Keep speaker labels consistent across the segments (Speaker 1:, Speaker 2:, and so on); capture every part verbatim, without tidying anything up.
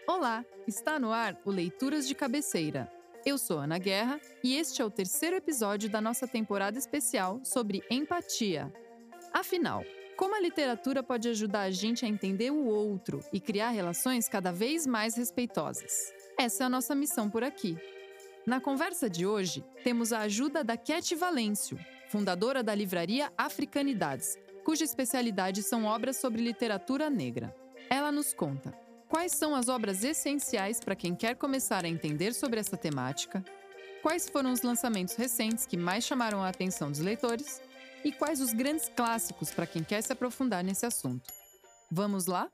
Speaker 1: Olá, está no ar o Leituras de Cabeceira. Eu sou Ana Guerra e este é o terceiro episódio da nossa temporada especial sobre empatia. Afinal, como a literatura pode ajudar a gente a entender o outro e criar relações cada vez mais respeitosas? Essa é a nossa missão por aqui. Na conversa de hoje, temos a ajuda da Cat Valêncio, fundadora da livraria Africanidades, cuja especialidade são obras sobre literatura negra. Ela nos conta quais são as obras essenciais para quem quer começar a entender sobre essa temática, quais foram os lançamentos recentes que mais chamaram a atenção dos leitores e quais os grandes clássicos para quem quer se aprofundar nesse assunto. Vamos lá?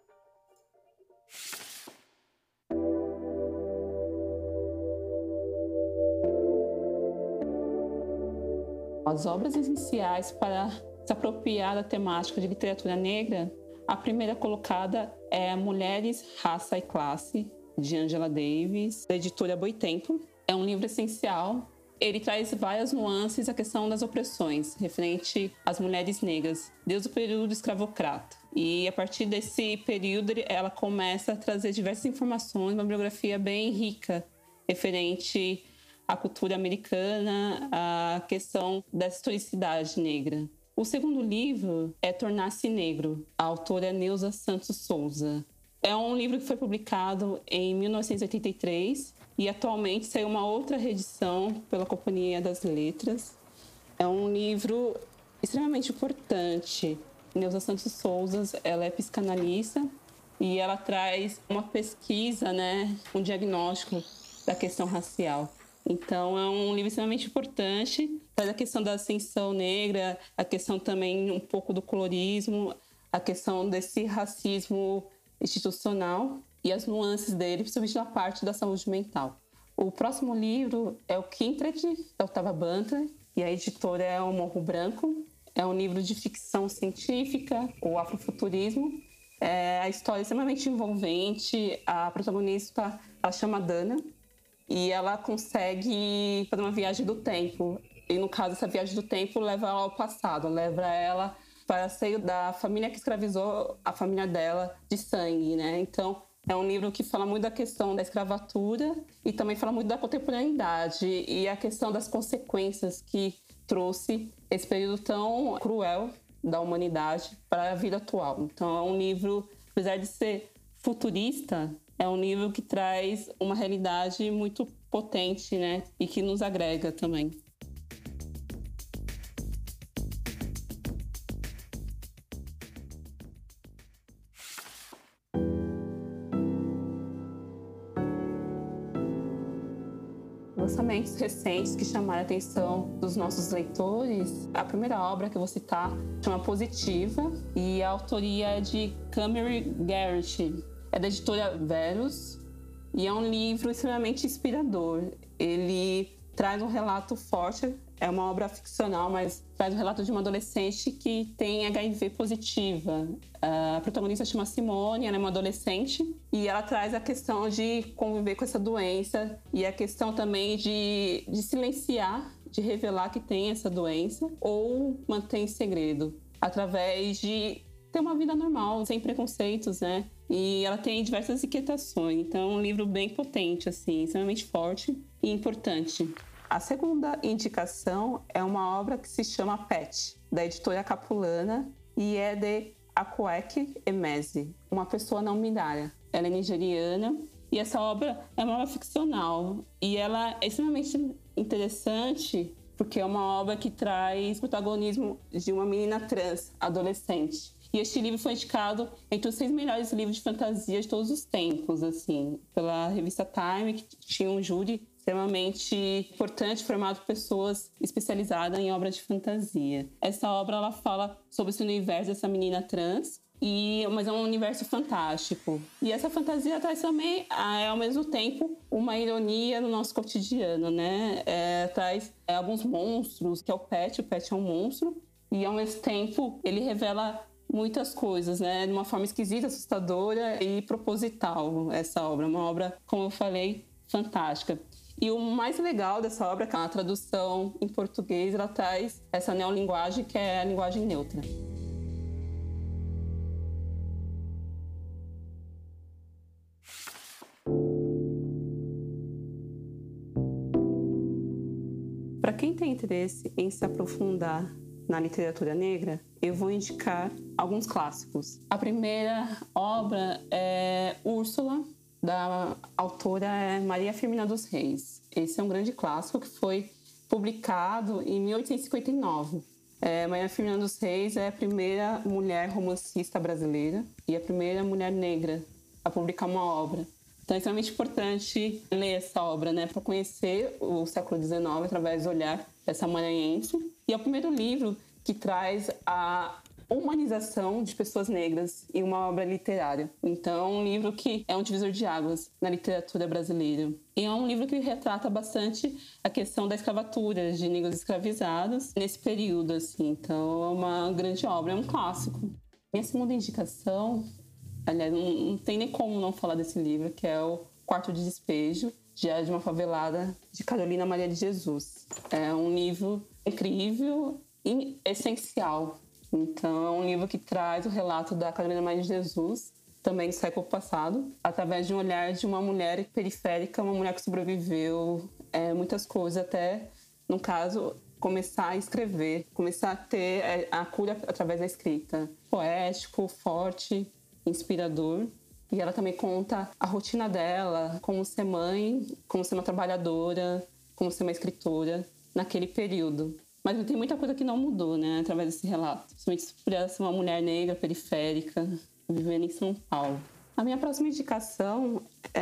Speaker 2: As obras essenciais para se apropriar da temática de literatura negra, a primeira colocada é Mulheres, Raça e Classe, de Angela Davis, da editora Boitempo. É um livro essencial. Ele traz várias nuances à questão das opressões, referente às mulheres negras, desde o período escravocrata. E a partir desse período, ela começa a trazer diversas informações, uma biografia bem rica, referente à cultura americana, à questão da historicidade negra. O segundo livro é Tornar-se Negro. A autora é Neuza Santos Souza. É um livro que foi publicado em mil novecentos e oitenta e três e atualmente saiu uma outra reedição pela Companhia das Letras. É um livro extremamente importante. Neuza Santos Souza, ela é psicanalista e ela traz uma pesquisa, né, um diagnóstico da questão racial. Então, é um livro extremamente importante, traz a questão da ascensão negra, a questão também um pouco do colorismo, a questão desse racismo institucional e as nuances dele, principalmente na parte da saúde mental. O próximo livro é o Kindred, da Octavia Butler, e a editora é o Morro Branco. É um livro de ficção científica, o afrofuturismo. É a história é extremamente envolvente, a protagonista ela chama Dana, e ela consegue fazer uma viagem do tempo. E, no caso, essa viagem do tempo leva ela ao passado, leva ela para o seio da família que escravizou a família dela de sangue, né? Então, é um livro que fala muito da questão da escravatura e também fala muito da contemporaneidade e a questão das consequências que trouxe esse período tão cruel da humanidade para a vida atual. Então, é um livro, apesar de ser futurista, é um livro que traz uma realidade muito potente, né? E que nos agrega também. Lançamentos recentes que chamaram a atenção dos nossos leitores. A primeira obra que eu vou citar chama Positiva e a autoria é de Camille Garrett. É da editora Verus e é um livro extremamente inspirador. Ele traz um relato forte, é uma obra ficcional, mas traz um relato de uma adolescente que tem H I V positiva. A protagonista chama Simone, ela é uma adolescente e ela traz a questão de conviver com essa doença e a questão também de, de silenciar, de revelar que tem essa doença ou manter em segredo, através de ter uma vida normal, sem preconceitos, né? E ela tem diversas inquietações. Então, é um livro bem potente, assim, extremamente forte e importante. A segunda indicação é uma obra que se chama Pet, da editora Capulana, e é de Akwaeke Emezi, uma pessoa não binária. Ela é nigeriana e essa obra é uma obra ficcional. E ela é extremamente interessante porque é uma obra que traz protagonismo de uma menina trans, adolescente. E este livro foi indicado entre os seis melhores livros de fantasia de todos os tempos, assim, pela revista Time, que tinha um júri extremamente importante, formado por pessoas especializadas em obras de fantasia. Essa obra ela fala sobre esse universo dessa menina trans, e, mas é um universo fantástico. E essa fantasia traz também, ao mesmo tempo, uma ironia no nosso cotidiano, né? É, traz é, alguns monstros, que é o Pet, o Pet é um monstro, e ao mesmo tempo ele revela muitas coisas, né? De uma forma esquisita, assustadora e proposital, essa obra. Uma obra, como eu falei, fantástica. E o mais legal dessa obra é que a tradução em português ela traz essa neolinguagem, que é a linguagem neutra. Para quem tem interesse em se aprofundar na literatura negra, eu vou indicar alguns clássicos. A primeira obra é Úrsula, da autora é Maria Firmina dos Reis. Esse é um grande clássico que foi publicado em mil oitocentos e cinquenta e nove. É, Maria Firmina dos Reis é a primeira mulher romancista brasileira e a primeira mulher negra a publicar uma obra. Então é extremamente importante ler essa obra, né, para conhecer o século dezenove através do olhar dessa maranhense. E é o primeiro livro que traz a humanização de pessoas negras em uma obra literária. Então é um livro que é um divisor de águas na literatura brasileira. E é um livro que retrata bastante a questão da escravatura, de negros escravizados nesse período, assim. Então é uma grande obra, é um clássico. Minha segunda indicação, aliás, não, não tem nem como não falar desse livro, que é o Quarto de Despejo, Diário de uma Favelada, de Carolina Maria de Jesus. É um livro incrível e essencial. Então, é um livro que traz o relato da Carolina Maria de Jesus, também do século passado, através de um olhar de uma mulher periférica, uma mulher que sobreviveu é, muitas coisas, até, no caso, começar a escrever, começar a ter a cura através da escrita. Poético, forte, inspirador. E ela também conta a rotina dela, como ser mãe, como ser uma trabalhadora, como ser uma escritora naquele período. Mas tem muita coisa que não mudou, né, através desse relato. Principalmente por ser uma mulher negra, periférica, vivendo em São Paulo. A minha próxima indicação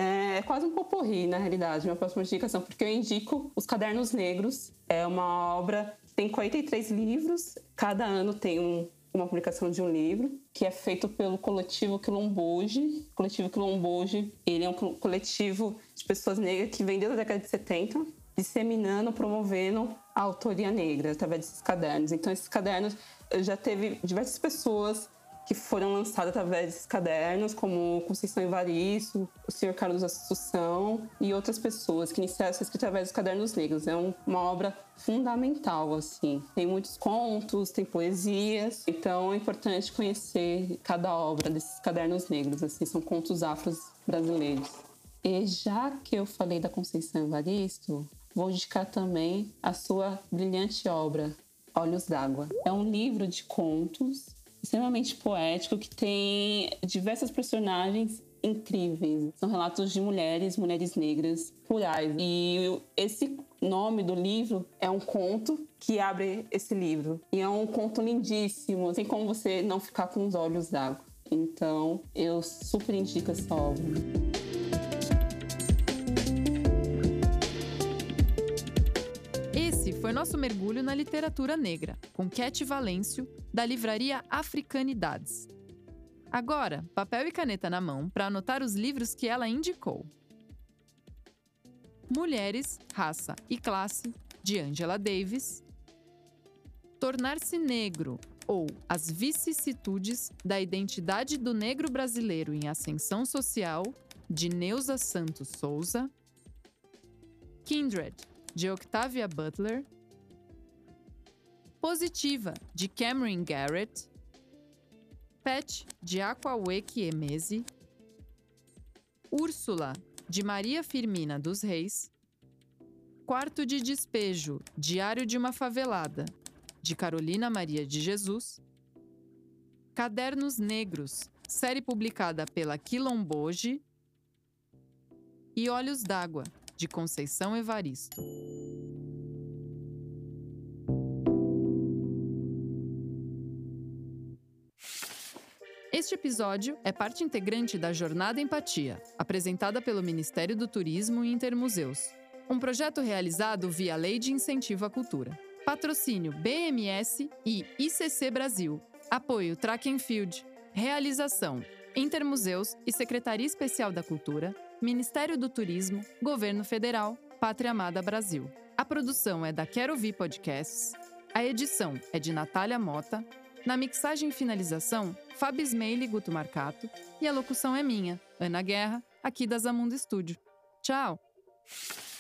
Speaker 2: é quase um poporri, na realidade, minha próxima indicação, porque eu indico Os Cadernos Negros. É uma obra que tem quarenta e três livros, cada ano tem um, uma publicação de um livro, que é feito pelo coletivo Quilomboje. O coletivo Quilomboje, ele é um coletivo de pessoas negras que vem desde a década de setenta, disseminando, promovendo a autoria negra através desses cadernos. Então, esses cadernos, já teve diversas pessoas que foram lançadas através desses cadernos, como Conceição Evaristo, o senhor Carlos Assunção e outras pessoas que iniciaram essa escrita através dos cadernos negros. É um, uma obra fundamental, assim. Tem muitos contos, tem poesias, então é importante conhecer cada obra desses cadernos negros, assim, são contos afros brasileiros. E já que eu falei da Conceição Evaristo, vou indicar também a sua brilhante obra, Olhos d'Água. É um livro de contos extremamente poético que tem diversas personagens incríveis. São relatos de mulheres, mulheres negras, rurais. E esse nome do livro é um conto que abre esse livro. E é um conto lindíssimo, tem como você não ficar com os olhos d'água. Então, eu super indico essa obra.
Speaker 1: Esse foi nosso mergulho na literatura negra, com Cat Valêncio, da livraria Africanidades. Agora, papel e caneta na mão para anotar os livros que ela indicou. Mulheres, Raça e Classe, de Angela Davis. Tornar-se Negro, ou As Vicissitudes da Identidade do Negro Brasileiro em Ascensão Social, de Neuza Santos Souza. Kindred, de Octavia Butler. Positiva, de Cameron Garrett. Pet, de Akwaeke Emezi. Úrsula, de Maria Firmina dos Reis. Quarto de Despejo, Diário de uma Favelada, de Carolina Maria de Jesus. Cadernos Negros, série publicada pela Quilomboje. E Olhos d'Água, de Conceição Evaristo. Este episódio é parte integrante da Jornada Empatia, apresentada pelo Ministério do Turismo e Intermuseus. Um projeto realizado via Lei de Incentivo à Cultura. Patrocínio B M S e I C C Brasil. Apoio Track and Field. Realização Intermuseus e Secretaria Especial da Cultura, Ministério do Turismo, Governo Federal, Pátria Amada Brasil. A produção é da Quero Ouvir Podcasts. A edição é de Natália Mota. Na mixagem e finalização, Fábio Smeili e Guto Marcato. E a locução é minha, Ana Guerra, aqui da Zamundo Estúdio. Tchau!